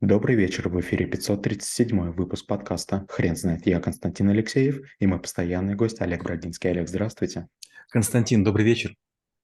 Добрый вечер, в эфире 537 выпуск подкаста «Хрен знает». Я Константин Алексеев и мой постоянный гость Олег Брагинский. Олег, здравствуйте. Константин, добрый вечер.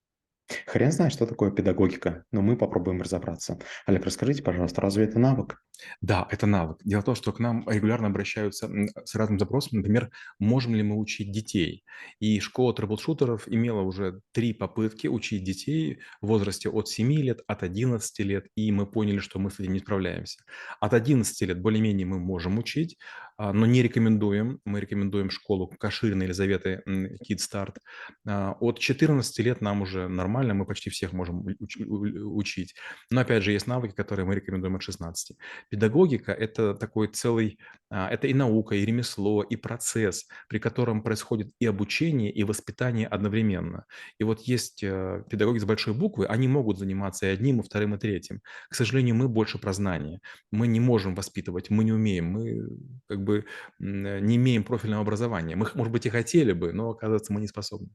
Хрен знает, что такое педагогика, но мы попробуем разобраться. Олег, расскажите, пожалуйста, разве это навык? Да, это навык. Дело в том, что к нам регулярно обращаются с разным запросом, например, можем ли мы учить детей. И школа трэблшутеров имела уже 3 попытки учить детей в возрасте от 7 лет, от 11 лет, и мы поняли, что мы с этим не справляемся. От 11 лет более-менее мы можем учить, но не рекомендуем. Мы рекомендуем школу Каширина Елизаветы Kid Start. От 14 лет нам уже нормально, мы почти всех можем учить. Но опять же, есть навыки, которые мы рекомендуем от 16. Педагогика – это такой целый, это и наука, и ремесло, и процесс, при котором происходит и обучение, и воспитание одновременно. И вот есть педагоги с большой буквы, они могут заниматься и одним, и вторым, и третьим. К сожалению, мы больше про знания. Мы не можем воспитывать, мы не умеем, мы как бы не имеем профильного образования. Мы, может быть, и хотели бы, но, оказывается, мы не способны.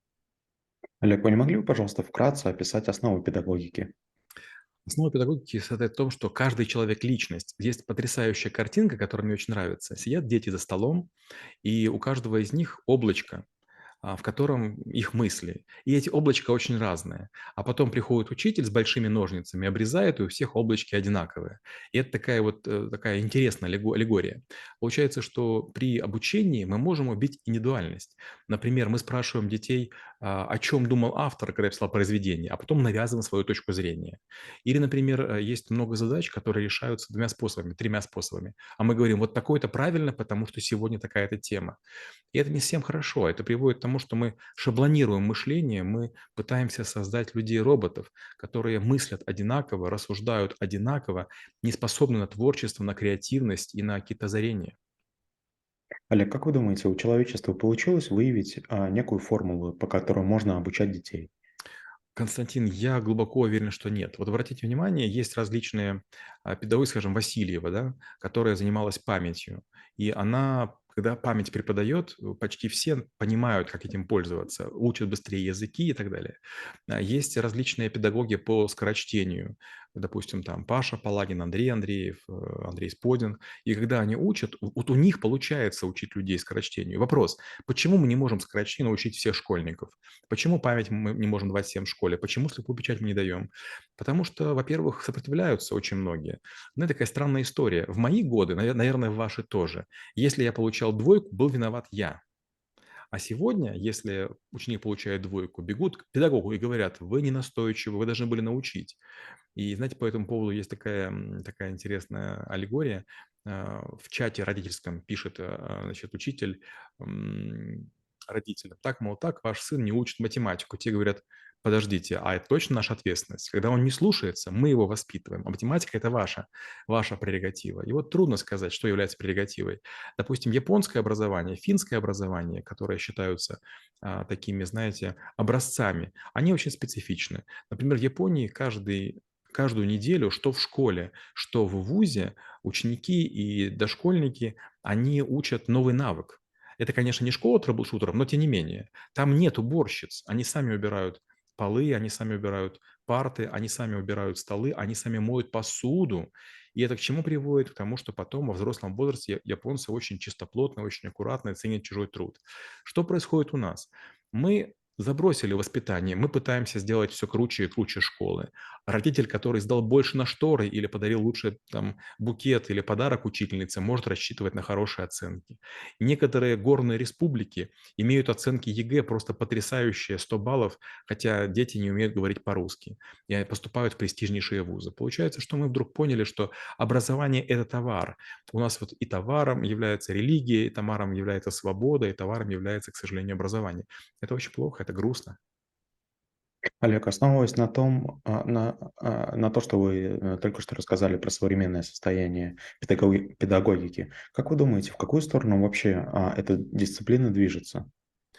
Олег, вы не могли бы, пожалуйста, вкратце описать основы педагогики? Основа педагогики состоит в том, что каждый человек – личность. Есть потрясающая картинка, которая мне очень нравится. Сидят дети за столом, и у каждого из них облачко, в котором их мысли. И эти облачка очень разные. А потом приходит учитель с большими ножницами, обрезает, и у всех облачки одинаковые. И это такая вот такая интересная аллегория. Получается, что при обучении мы можем убить индивидуальность. Например, мы спрашиваем детей, о чем думал автор, когда писал произведение, а потом навязываем свою точку зрения. Или, например, есть много задач, которые решаются 2 способами, 3 способами. А мы говорим, вот такое-то правильно, потому что сегодня такая-то тема. И это не всем хорошо. Это приводит к тому, что мы шаблонируем мышление, мы пытаемся создать людей-роботов, которые мыслят одинаково, рассуждают одинаково, не способны на творчество, на креативность и на какие-то озарения. Олег, как вы думаете, у человечества получилось выявить некую формулу, по которой можно обучать детей? Константин, я глубоко уверен, что нет. Вот обратите внимание, есть различные педагоги, скажем, Васильева, да, которая занималась памятью. И она, когда память преподает, почти все понимают, как этим пользоваться, учат быстрее языки и так далее. Есть различные педагоги по скорочтению. Допустим, там Паша Палагин, Андрей Андреев, Андрей Сподин. И когда они учат, вот у них получается учить людей скорочтению. Вопрос, почему мы не можем скорочтению научить всех школьников? Почему память мы не можем давать всем в школе? Почему слепую печать мы не даем? Потому что, во-первых, сопротивляются очень многие. Ну, это такая странная история. В мои годы, наверное, в ваши тоже, если я получал двойку, был виноват я. А сегодня, если ученик получает двойку, бегут к педагогу и говорят, вы не настойчивы, вы должны были научить. И знаете, по этому поводу есть такая интересная аллегория. В чате родительском пишет, значит, учитель родителям. Так, мол, так, ваш сын не учит математику. Те говорят, подождите, а это точно наша ответственность? Когда он не слушается, мы его воспитываем. А математика – это ваша прерогатива. И вот трудно сказать, что является прерогативой. Допустим, японское образование, финское образование, которые считаются такими, знаете, образцами, они очень специфичны. Например, в Японии каждую неделю, что в школе, что в вузе, ученики и дошкольники, они учат новый навык. Это, конечно, не школа трэблшутеров, но тем не менее. Там нет уборщиц, они сами убирают полы, они сами убирают парты, они сами убирают столы, они сами моют посуду. И это к чему приводит? К тому, что потом во взрослом возрасте японцы очень чистоплотно, очень аккуратно ценят чужой труд. Что происходит у нас? Мы забросили воспитание, мы пытаемся сделать все круче и круче школы. Родитель, который сдал больше на шторы или подарил лучше там, букет или подарок учительнице, может рассчитывать на хорошие оценки. Некоторые горные республики имеют оценки ЕГЭ просто потрясающие, 100 баллов, хотя дети не умеют говорить по-русски и поступают в престижнейшие вузы. Получается, что мы вдруг поняли, что образование – это товар. У нас вот и товаром является религия, и товаром является свобода, и товаром является, к сожалению, образование. Это очень плохо, это грустно. Олег, основываясь на том, на то, что вы только что рассказали про современное состояние педагогики, как вы думаете, в какую сторону вообще эта дисциплина движется?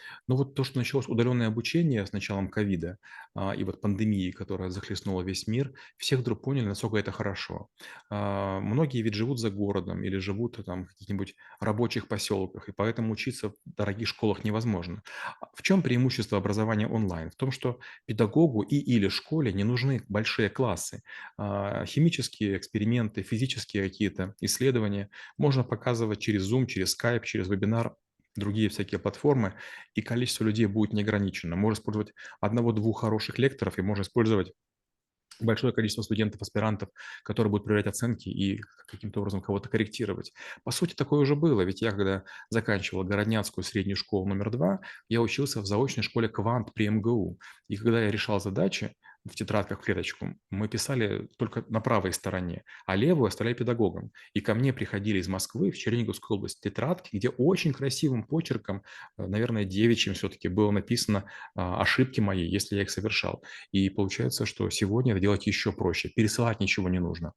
Но вот то, что началось удаленное обучение с началом ковида и вот пандемии, которая захлестнула весь мир, все вдруг поняли, насколько это хорошо. Многие ведь живут за городом или живут там в каких-нибудь рабочих поселках, и поэтому учиться в дорогих школах невозможно. В чем преимущество образования онлайн? В том, что педагогу и или школе не нужны большие классы. Химические эксперименты, физические какие-то исследования можно показывать через Zoom, через Skype, через вебинар, другие всякие платформы, и количество людей будет неограничено. Можно использовать одного-двух хороших лекторов, и можно использовать большое количество студентов, аспирантов, которые будут проверять оценки и каким-то образом кого-то корректировать. По сути, такое уже было. Ведь я, когда заканчивал Городнянскую среднюю школу номер 2, я учился в заочной школе «Квант» при МГУ. И когда я решал задачи в тетрадках в клеточку, мы писали только на правой стороне, а левую оставляли педагогам. И ко мне приходили из Москвы в Черниговскую область тетрадки, где очень красивым почерком, наверное, девичьим все-таки было написано ошибки мои, если я их совершал. И получается, что сегодня это делать еще проще. Пересылать ничего не нужно.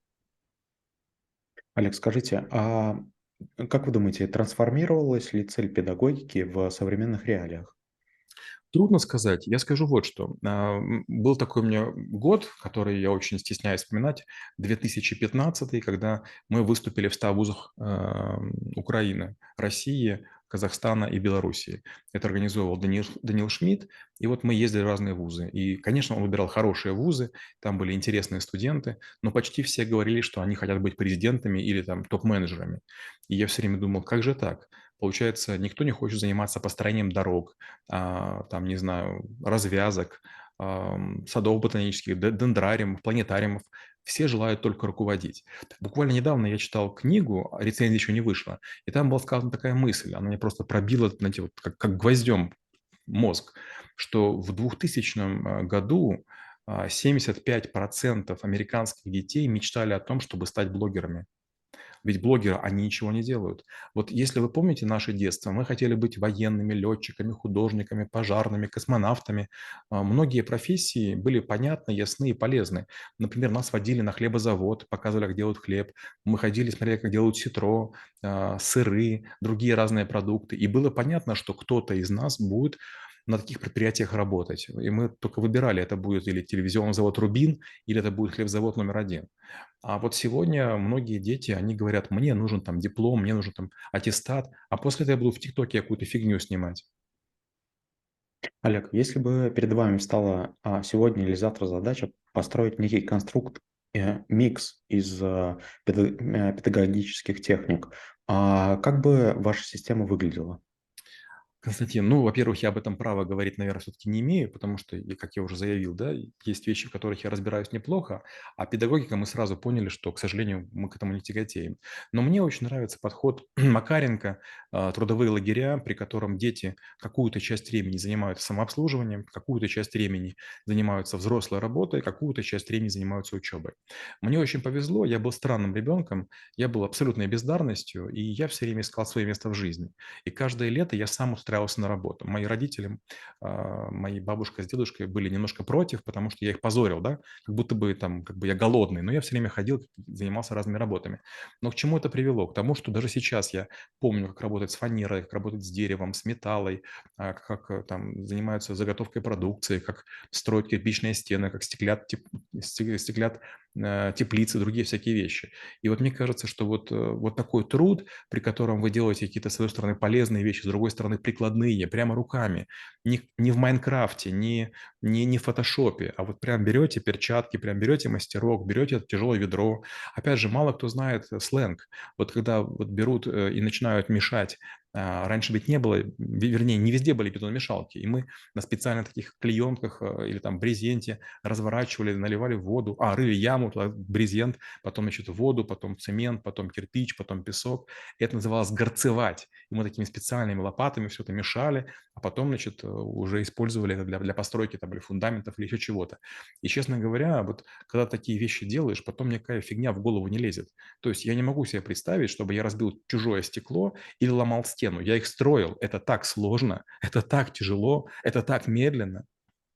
Олег, скажите, а как вы думаете, трансформировалась ли цель педагогики в современных реалиях? Трудно сказать. Я скажу вот что. Был такой у меня год, который я очень стесняюсь вспоминать, 2015, когда мы выступили в 100 вузах Украины, России, Казахстана и Белоруссии. Это организовывал Даниил Шмидт, и вот мы ездили в разные вузы. И, конечно, он выбирал хорошие вузы, там были интересные студенты, но почти все говорили, что они хотят быть президентами или там топ-менеджерами. И я все время думал, как же так? Получается, никто не хочет заниматься построением дорог, там, не знаю, развязок, садов ботанических, дендрариумов, планетариумов. Все желают только руководить. Буквально недавно я читал книгу, рецензия еще не вышла, и там была сказана такая мысль, она мне просто пробила, знаете, вот как гвоздем мозг, что в 2000 году 75% американских детей мечтали о том, чтобы стать блогерами. Ведь блогеры, они ничего не делают. Вот если вы помните наше детство, мы хотели быть военными, летчиками, художниками, пожарными, космонавтами. Многие профессии были понятны, ясны и полезны. Например, нас водили на хлебозавод, показывали, как делают хлеб. Мы ходили, смотрели, как делают ситро, сыры, другие разные продукты. И было понятно, что кто-то из нас будет на таких предприятиях работать. И мы только выбирали, это будет или телевизионный завод «Рубин», или это будет хлебзавод номер один. А вот сегодня многие дети, они говорят, мне нужен там диплом, мне нужен там аттестат, а после этого я буду в ТикТоке какую-то фигню снимать. Олег, если бы перед вами встала сегодня или завтра задача построить некий конструкт, микс из педагогических техник, как бы ваша система выглядела? Константин, ну, во-первых, я об этом права говорить, наверное, все-таки не имею, потому что, как я уже заявил, да, есть вещи, в которых я разбираюсь неплохо, а педагогика мы сразу поняли, что, к сожалению, мы к этому не тяготеем. Но мне очень нравится подход Макаренко, трудовые лагеря, при котором дети какую-то часть времени занимаются самообслуживанием, какую-то часть времени занимаются взрослой работой, какую-то часть времени занимаются учебой. Мне очень повезло, я был странным ребенком, я был абсолютной бездарностью, и я все время искал свое место в жизни. И каждое лето я сам устраивался на работу. Мои родители, мои бабушка с дедушкой были немножко против, потому что я их позорил, да, как будто бы там, как бы я голодный, но я все время ходил, занимался разными работами. Но к чему это привело? К тому, что даже сейчас я помню, как работать с фанерой, как работать с деревом, с металлой, как там занимаются заготовкой продукции, как строят кирпичные стены, как стеклят теплицы, другие всякие вещи. И вот мне кажется, что вот такой труд, при котором вы делаете какие-то, с одной стороны, полезные вещи, с другой стороны, прикладные, прямо руками. Не в Майнкрафте, не в Фотошопе, а вот прям берете перчатки, прям берете мастерок, берете это тяжелое ведро. Опять же, мало кто знает сленг. Вот когда вот берут и начинают мешать, раньше ведь не было, вернее, не везде были бетономешалки, и мы на специально таких клеенках или там брезенте разворачивали, наливали воду, рыли яму, туда брезент, потом, значит, воду, потом цемент, потом кирпич, потом песок. Это называлось горцевать. И мы такими специальными лопатами все это мешали, а потом, значит, уже использовали это для постройки там, или фундаментов, или еще чего-то. И, честно говоря, вот когда такие вещи делаешь, потом никакая фигня в голову не лезет. То есть я не могу себе представить, чтобы я разбил чужое стекло или ломал стену. Я их строил. Это так сложно, это так тяжело, это так медленно.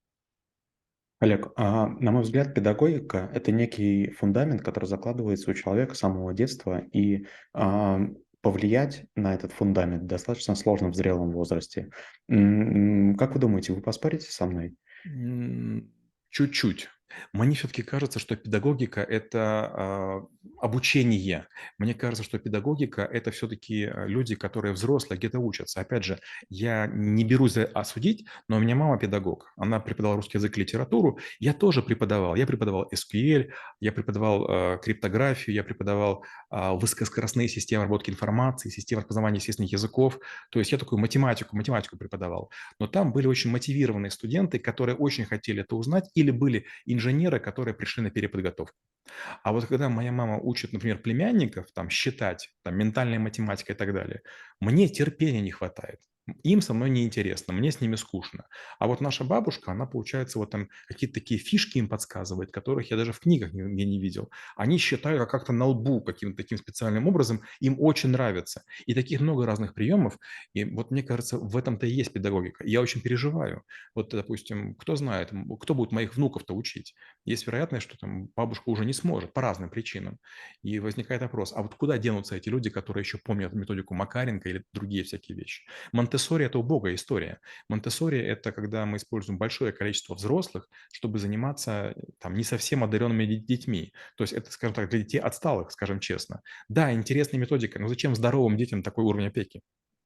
Олег, на мой взгляд, педагогика – это некий фундамент, который закладывается у человека с самого детства, и повлиять на этот фундамент достаточно сложно в зрелом возрасте. Как вы думаете, вы поспорите со мной? М, Чуть-чуть. Мне все-таки кажется, что педагогика – это обучение. Мне кажется, что педагогика – это все-таки люди, которые взрослые, где-то учатся. Опять же, я не берусь осудить, но у меня мама педагог. Она преподавала русский язык и литературу. Я тоже преподавал. Я преподавал SQL, я преподавал криптографию, я преподавал высокоскоростные системы обработки информации, системы распознавания естественных языков. То есть я такую математику преподавал. Но там были очень мотивированные студенты, которые очень хотели это узнать, или были инженеры, которые пришли на переподготовку. А вот когда моя мама учит, например, племянников там считать, там ментальная математика и так далее, мне терпения не хватает. Им со мной неинтересно, мне с ними скучно. А вот наша бабушка, она, получается, вот там какие-то такие фишки им подсказывает, которых я даже в книгах не видел. Они считают как-то на лбу каким-то таким специальным образом, им очень нравится. И таких много разных приемов. И вот мне кажется, в этом-то и есть педагогика. Я очень переживаю. Вот, допустим, кто знает, кто будет моих внуков-то учить? Есть вероятность, что там бабушка уже не сможет по разным причинам. И возникает вопрос, а вот куда денутся эти люди, которые еще помнят методику Макаренко или другие всякие вещи? Монтессори – это убогая история. Монтессори – это когда мы используем большое количество взрослых, чтобы заниматься там не совсем одаренными детьми. То есть это, скажем так, для детей отсталых, скажем честно. Да, интересная методика, но зачем здоровым детям такой уровень опеки?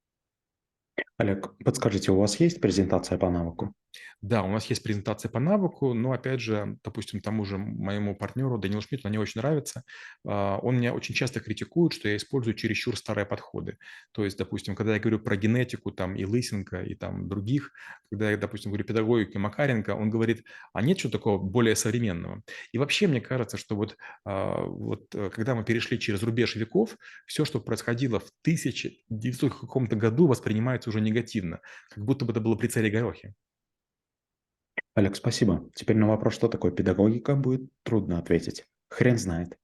Олег, подскажите, у вас есть презентация по навыку? Да, у нас есть презентация по навыку, но, опять же, допустим, тому же моему партнеру Данилу Шмидту она не очень нравится. Он меня очень часто критикует, что я использую чересчур старые подходы. То есть, допустим, когда я говорю про генетику там и Лысенко, и там других, когда я, допустим, говорю педагогику и Макаренко, он говорит, а нет чего такого более современного? И вообще, мне кажется, что когда мы перешли через рубеж веков, все, что происходило в 1900 каком-то году, воспринимается уже негативно, как будто бы это было при царе Горохе. Олег, спасибо. Теперь на вопрос, что такое педагогика, будет трудно ответить. Хрен знает.